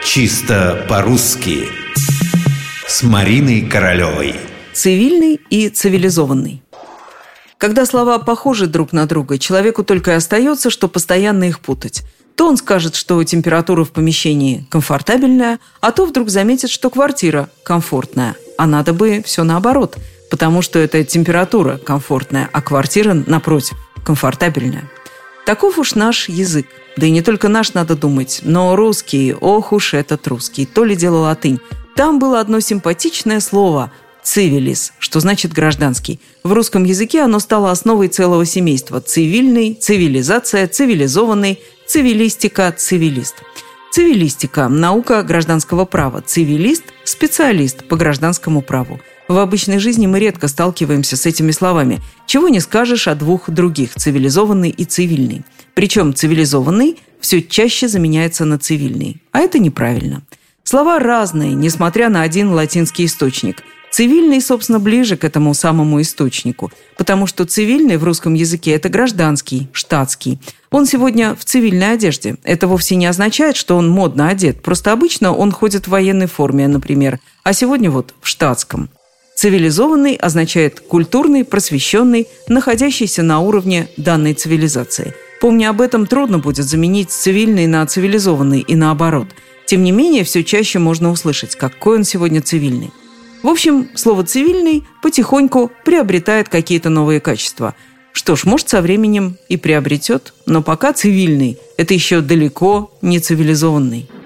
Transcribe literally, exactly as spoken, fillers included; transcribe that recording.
Чисто по-русски с Мариной Королевой. Цивильный и цивилизованный. Когда слова похожи друг на друга, человеку только и остается, что постоянно их путать. То он скажет, что температура в помещении комфортабельная, а то вдруг заметит, что квартира комфортная. А надо бы все наоборот, потому что это температура комфортная, а квартира, напротив, комфортабельная. Таков уж наш язык. Да и не только наш, надо думать, но русский, ох уж этот русский, то ли дело латынь. Там было одно симпатичное слово «цивилис», что значит «гражданский». В русском языке оно стало основой целого семейства: цивильный, цивилизация, цивилизованный, цивилистика, цивилист. Цивилистика – наука гражданского права, цивилист – специалист по гражданскому праву. В обычной жизни мы редко сталкиваемся с этими словами. Чего не скажешь о двух других – цивилизованный и цивильный. Причем цивилизованный все чаще заменяется на цивильный. А это неправильно. Слова разные, несмотря на один латинский источник. Цивильный, собственно, ближе к этому самому источнику, потому что цивильный в русском языке – это гражданский, штатский. Он сегодня в цивильной одежде. Это вовсе не означает, что он модно одет. Просто обычно он ходит в военной форме, например, а сегодня вот в штатском. Цивилизованный означает культурный, просвещенный, находящийся на уровне данной цивилизации. Помня об этом, трудно будет заменить цивильный на цивилизованный и наоборот. Тем не менее, все чаще можно услышать, какой он сегодня цивильный. В общем, слово «цивильный» потихоньку приобретает какие-то новые качества. Что ж, может, со временем и приобретет, но пока цивильный – это еще далеко не цивилизованный.